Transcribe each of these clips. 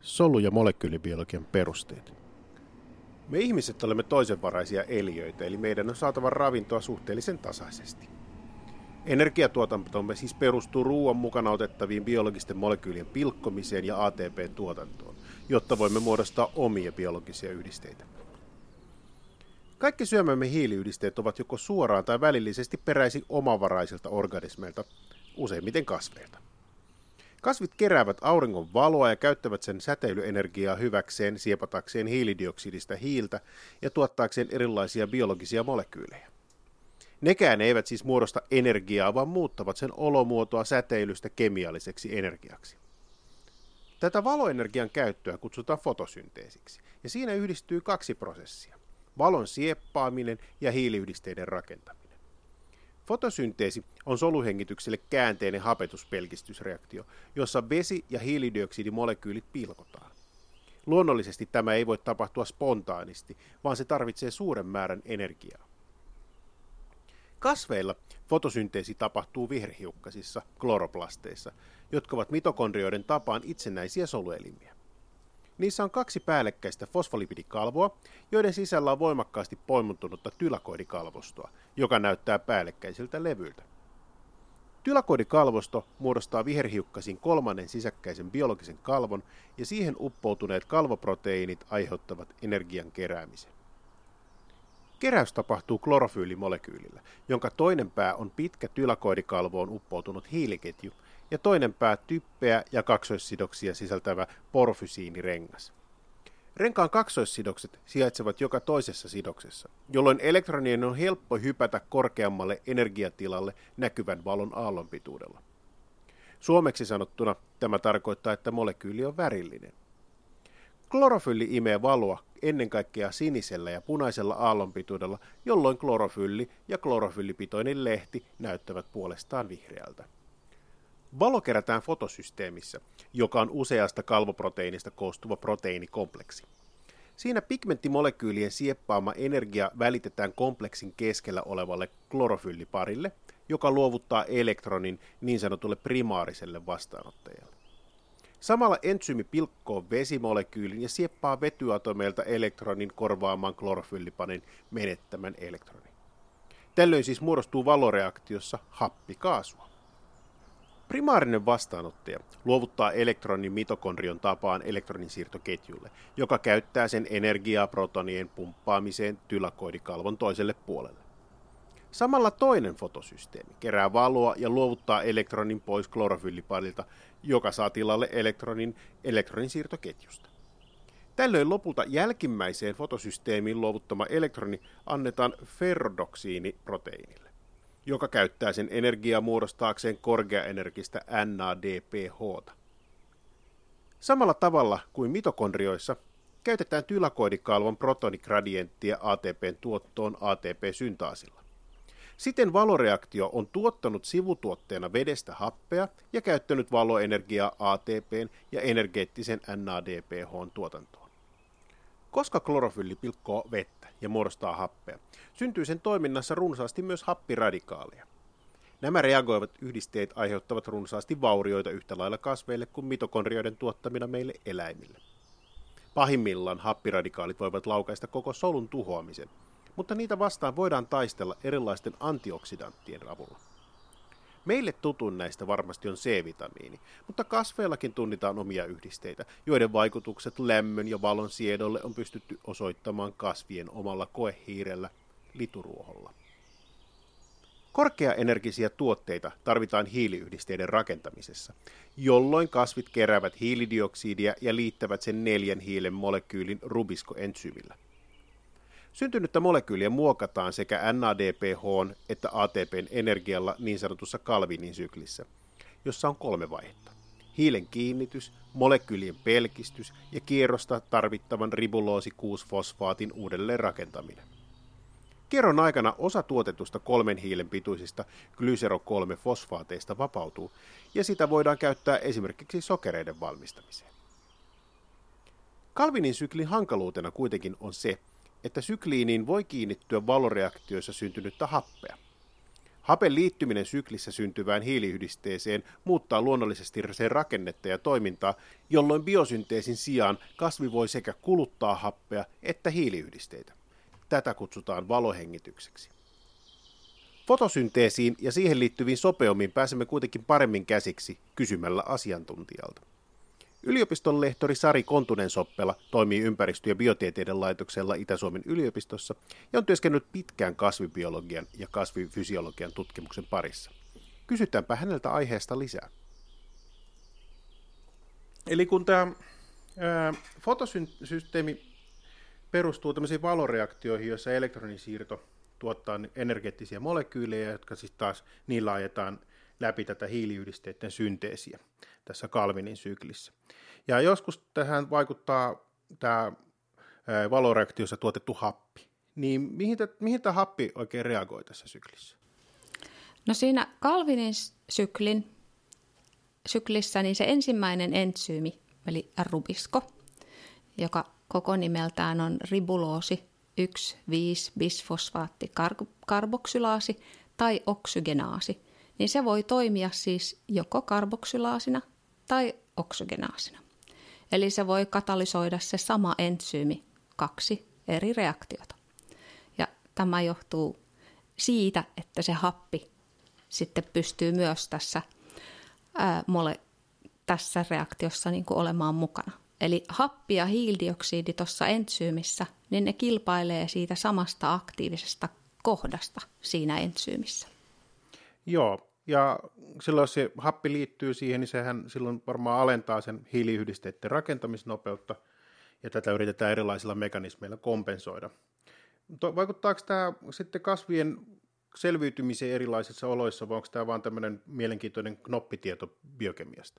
Solu- ja molekyylibiologian perusteet. Me ihmiset olemme toisenvaraisia eliöitä, eli meidän on saatava ravintoa suhteellisen tasaisesti. Energiatuotantomme siis perustuu ruoan mukana otettaviin biologisten molekyylien pilkkomiseen ja ATP-tuotantoon, jotta voimme muodostaa omia biologisia yhdisteitä. Kaikki syömämme hiiliyhdisteet ovat joko suoraan tai välillisesti peräisin omavaraisilta organismeilta, useimmiten kasveilta. Kasvit keräävät auringon valoa ja käyttävät sen säteilyenergiaa hyväkseen siepatakseen hiilidioksidista hiiltä ja tuottaakseen erilaisia biologisia molekyylejä. Nekään eivät siis muodosta energiaa, vaan muuttavat sen olomuotoa säteilystä kemialliseksi energiaksi. Tätä valoenergian käyttöä kutsutaan fotosynteesiksi, ja siinä yhdistyy kaksi prosessia: valon sieppaaminen ja hiiliyhdisteiden rakentaminen. Fotosynteesi on soluhengitykselle käänteinen hapetuspelkistysreaktio, jossa vesi- ja hiilidioksidimolekyylit pilkotaan. Luonnollisesti tämä ei voi tapahtua spontaanisti, vaan se tarvitsee suuren määrän energiaa. Kasveilla fotosynteesi tapahtuu viherhiukkasissa, kloroplasteissa, jotka ovat mitokondrioiden tapaan itsenäisiä soluelimiä. Niissä on kaksi päällekkäistä fosfolipidikalvoa, joiden sisällä on voimakkaasti poimuntunutta tylakoidikalvostoa, joka näyttää päällekkäisiltä levyiltä. Tylakoidikalvosto muodostaa viherhiukkasin kolmannen sisäkkäisen biologisen kalvon, ja siihen uppoutuneet kalvoproteiinit aiheuttavat energian keräämisen. Keräys tapahtuu klorofyyllimolekyylillä, jonka toinen pää on pitkä tylakoidikalvoon uppoutunut hiiliketju, ja toinen pää typpeä ja kaksoissidoksia sisältävä porfysiinirengas. Renkaan kaksoissidokset sijaitsevat joka toisessa sidoksessa, jolloin elektronien on helppo hypätä korkeammalle energiatilalle näkyvän valon aallonpituudella. Suomeksi sanottuna tämä tarkoittaa, että molekyyli on värillinen. Klorofylli imee valoa ennen kaikkea sinisellä ja punaisella aallonpituudella, jolloin klorofylli ja klorofyllipitoinen lehti näyttävät puolestaan vihreältä. Valo kerätään fotosysteemissä, joka on useasta kalvoproteiinista koostuva proteiinikompleksi. Siinä pigmenttimolekyylien sieppaama energia välitetään kompleksin keskellä olevalle klorofylliparille, joka luovuttaa elektronin niin sanotulle primaariselle vastaanottajalle. Samalla entsyymi pilkkoo vesimolekyylin ja sieppaa vetyatomeilta elektronin korvaamaan klorofylliparin menettämän elektronin. Tällöin siis muodostuu valoreaktiossa happikaasua. Primaarinen vastaanottaja luovuttaa elektronin mitokondrion tapaan elektroninsiirtoketjulle, joka käyttää sen energiaa protonien pumppaamiseen tylakoidikalvon toiselle puolelle. Samalla toinen fotosysteemi kerää valoa ja luovuttaa elektronin pois klorofylliparilta, joka saa tilalle elektronin elektroninsiirtoketjusta. Tällöin lopulta jälkimmäiseen fotosysteemiin luovuttama elektroni annetaan ferrodoksiiniproteiinille, joka käyttää sen energiaa muodostaakseen korkeaenergistä NADPH:ta. Samalla tavalla kuin mitokondrioissa käytetään tylakoidikalvon protonigradienttia ATP:n tuottoon ATP-syntaasilla. Siten valoreaktio on tuottanut sivutuotteena vedestä happea ja käyttänyt valoenergiaa ATP:n ja energeettisen NADPH:n tuotantoon. Koska klorofylli pilkkoo vettä ja muodostaa happea, syntyy sen toiminnassa runsaasti myös happiradikaaleja. Nämä reagoivat yhdisteet aiheuttavat runsaasti vaurioita yhtä lailla kasveille kuin mitokondrioiden tuottamina meille eläimille. Pahimmillaan happiradikaalit voivat laukaista koko solun tuhoamisen, mutta niitä vastaan voidaan taistella erilaisten antioksidanttien avulla. Meille tutun näistä varmasti on C-vitamiini, mutta kasveillakin tunnitaan omia yhdisteitä, joiden vaikutukset lämmön ja valon siedolle on pystytty osoittamaan kasvien omalla koehiirellä, lituruoholla. Korkeaenergisiä tuotteita tarvitaan hiiliyhdisteiden rakentamisessa, jolloin kasvit keräävät hiilidioksidia ja liittävät sen 4 hiilen molekyylin rubiskoentsyymillä. Syntynyttä molekyyliä muokataan sekä NADPH:n että ATP:n energialla niin sanotussa Calvinin syklissä, jossa on 3 vaihetta: hiilen kiinnitys, molekyylien pelkistys ja kierrosta tarvittavan ribuloosi 6-fosfaatin uudelleen rakentaminen. Kierron aikana osa tuotetusta 3 hiilen pituisista glysero-3-fosfaateista vapautuu, ja sitä voidaan käyttää esimerkiksi sokereiden valmistamiseen. Calvinin syklin hankaluutena kuitenkin on se, että sykliiniin voi kiinnittyä valoreaktioissa syntynyttä happea. Hapen liittyminen syklissä syntyvään hiiliyhdisteeseen muuttaa luonnollisesti sen rakennetta ja toimintaa, jolloin biosynteesin sijaan kasvi voi sekä kuluttaa happea että hiiliyhdisteitä. Tätä kutsutaan valohengitykseksi. Fotosynteesiin ja siihen liittyviin sopeumiin pääsemme kuitenkin paremmin käsiksi kysymällä asiantuntijalta. Yliopiston lehtori Sari Kontunen-Soppela toimii ympäristö- ja biotieteiden laitoksella Itä-Suomen yliopistossa ja on työskennellyt pitkään kasvibiologian ja kasvifysiologian tutkimuksen parissa. Kysytäänpä häneltä aiheesta lisää. Eli kun tämä fotosysteemi perustuu tämmöisiin valoreaktioihin, joissa elektronisiirto tuottaa energeettisiä molekyylejä, jotka siis taas niillä ajetaan läpi tätä hiiliyhdisteiden synteesiä tässä Calvinin syklissä. Ja joskus tähän vaikuttaa tämä valoreaktiossa tuotettu happi. Niin mihin tämä happi oikein reagoi tässä syklissä? No siinä Calvinin syklissä niin se ensimmäinen entsyymi, eli rubisko, joka koko nimeltään on ribuloosi 1,5-bisfosfaattikarboksylaasi tai oksygenaasi, niin se voi toimia siis joko karboksylaasina tai oksygenaasina. Eli se voi katalysoida se sama entsyymi 2 eri reaktiota. Ja tämä johtuu siitä, että se happi sitten pystyy myös tässä reaktiossa niin kuin olemaan mukana. Eli happi ja hiilidioksidi tuossa entsyymissä, niin ne kilpailee siitä samasta aktiivisesta kohdasta siinä entsyymissä. Joo, ja silloin jos se happi liittyy siihen, niin sehän silloin varmaan alentaa sen hiiliyhdisteiden rakentamisnopeutta, ja tätä yritetään erilaisilla mekanismeilla kompensoida. Vaikuttaako tämä sitten kasvien selviytymiseen erilaisissa oloissa, vai onko tämä vaan tämmöinen mielenkiintoinen knoppitieto biokemiasta?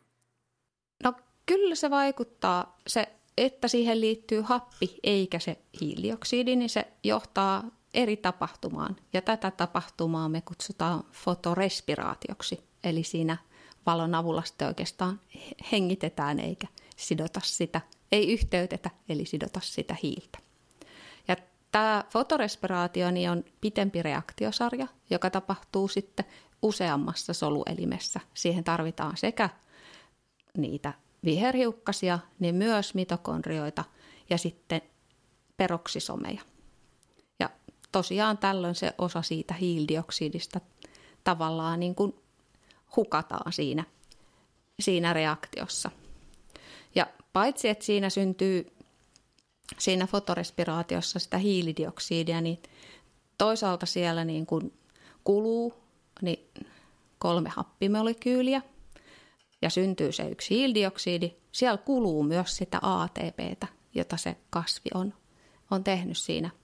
No kyllä se vaikuttaa. Se, että siihen liittyy happi eikä se hiilidioksidi, niin se johtaa eri tapahtumaan. Ja tätä tapahtumaa me kutsutaan fotorespiraatioksi. Eli siinä valon avulla sitten oikeastaan hengitetään eikä sidota sitä, ei yhteytetä, eli sidota sitä hiiltä. Ja tämä fotorespiraatio niin on pitempi reaktiosarja, joka tapahtuu sitten useammassa soluelimessä. Siihen tarvitaan sekä niitä viherhiukkasia, niin myös mitokondrioita ja sitten peroksisomeja. Ja tosiaan tällöin se osa siitä hiilidioksidista tavallaan niin kuin hukataan siinä reaktiossa. Ja paitsi, että siinä syntyy siinä fotorespiraatiossa sitä hiilidioksidia, niin toisaalta siellä niin kuin kuluu niin 3 happimolekyyliä ja syntyy se 1 hiilidioksidi. Siellä kuluu myös sitä ATP:tä, jota se kasvi on tehnyt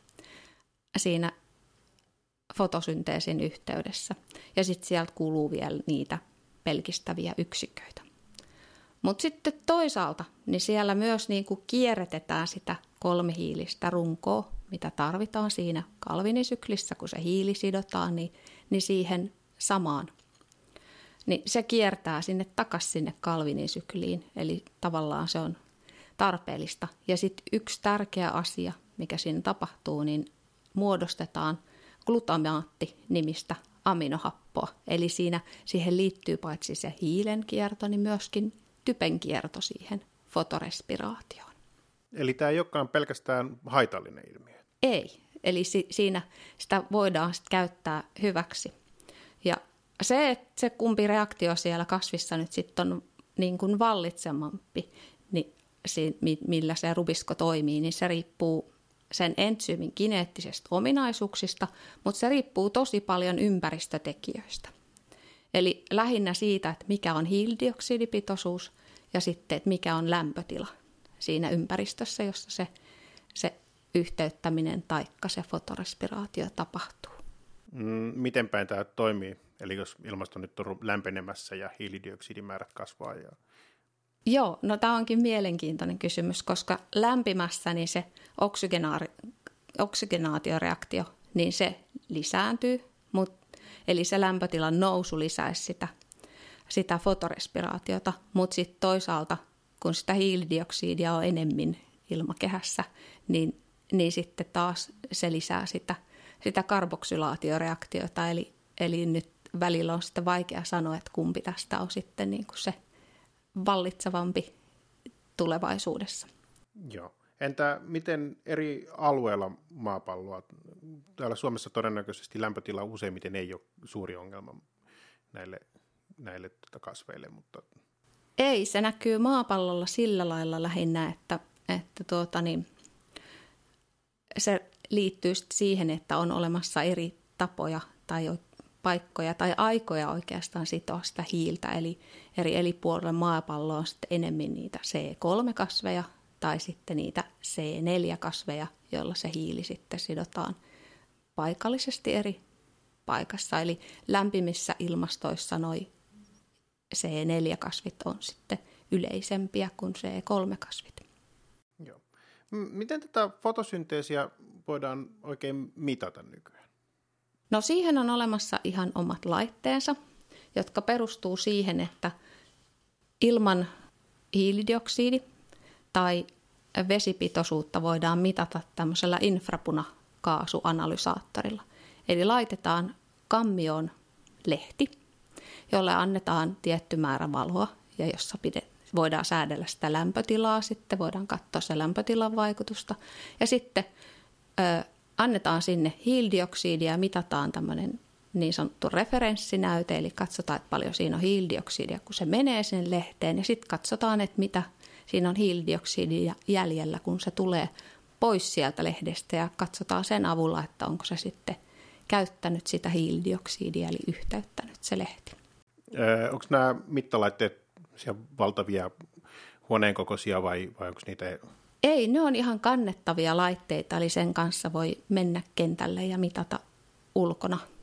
siinä fotosynteesin yhteydessä. Ja sitten sieltä kuluu vielä niitä pelkistäviä yksiköitä. Mutta sitten toisaalta, niin siellä myös niin kuin kierrätetään sitä 3-hiilistä runkoa, mitä tarvitaan siinä Calvinisyklissä, kun se hiili sidotaan, niin siihen samaan. Niin se kiertää takaisin sinne Calvinisykliin, eli tavallaan se on tarpeellista. Ja sitten yksi tärkeä asia, mikä siinä tapahtuu, niin muodostetaan glutamaatti-nimistä aminohappoa. Eli siihen liittyy paitsi se hiilen kierto, niin myöskin typen kierto siihen fotorespiraatioon. Eli tämä ei olekaan pelkästään haitallinen ilmiö? Ei, eli siinä sitä voidaan sitten käyttää hyväksi. Ja se kumpi reaktio siellä kasvissa nyt sitten on niin kuin vallitsemampi, niin millä se rubisko toimii, niin se riippuu sen entsyymin kineettisistä ominaisuuksista, mutta se riippuu tosi paljon ympäristötekijöistä. Eli lähinnä siitä, että mikä on hiilidioksidipitoisuus ja sitten, että mikä on lämpötila siinä ympäristössä, jossa se yhteyttäminen taikka se fotorespiraatio tapahtuu. Miten päin tämä toimii? Eli jos ilmasto nyt on lämpenemässä ja hiilidioksidimäärät kasvaa? Joo, no tämä onkin mielenkiintoinen kysymys, koska lämpimässä niin se oksygenaatioreaktio, niin se lisääntyy, eli se lämpötilan nousu lisäisi sitä fotorespiraatiota, mutta sitten toisaalta, kun sitä hiilidioksidia on enemmän ilmakehässä, niin sitten taas se lisää sitä karboksylaatioreaktiota, Eli nyt välillä on sitten vaikea sanoa, että kumpi tästä on sitten niin kuin se vallitsevampi tulevaisuudessa. Joo. Entä miten eri alueilla maapalloa? Täällä Suomessa todennäköisesti lämpötila useimmiten ei ole suuri ongelma näille kasveille, mutta... Ei, se näkyy maapallolla sillä lailla lähinnä, että se liittyy siihen, että on olemassa eri tapoja tai paikkoja tai aikoja oikeastaan sitoa sitä hiiltä. Eli eri puolilla maapalloa on sitten enemmän niitä C3-kasveja tai sitten niitä C4-kasveja, joilla se hiili sitten sidotaan paikallisesti eri paikassa. Eli lämpimissä ilmastoissa noi C4-kasvit on sitten yleisempiä kuin C3-kasvit. Joo. Miten tätä fotosynteesiä voidaan oikein mitata nykyään? No siihen on olemassa ihan omat laitteensa, jotka perustuu siihen, että ilman hiilidioksidi- tai vesipitoisuutta voidaan mitata tämmöisellä infrapunakaasuanalysaattorilla. Eli laitetaan kammioon lehti, jolle annetaan tietty määrä valoa ja jossa voidaan säädellä sitä lämpötilaa, sitten voidaan katsoa se lämpötilan vaikutusta ja sitten annetaan sinne hiilidioksidia ja mitataan tämmöinen niin sanottu referenssinäyte, eli katsotaan, että paljon siinä on hiilidioksidia, kun se menee sinne lehteen ja sitten katsotaan, että mitä siinä on hiilidioksidia jäljellä, kun se tulee pois sieltä lehdestä ja katsotaan sen avulla, että onko se sitten käyttänyt sitä hiilidioksidia eli yhteyttänyt se lehti. Onko nämä mittalaitteet valtavia huoneenkokoisia vai onko niitä? Ei, ne on ihan kannettavia laitteita, eli sen kanssa voi mennä kentälle ja mitata ulkona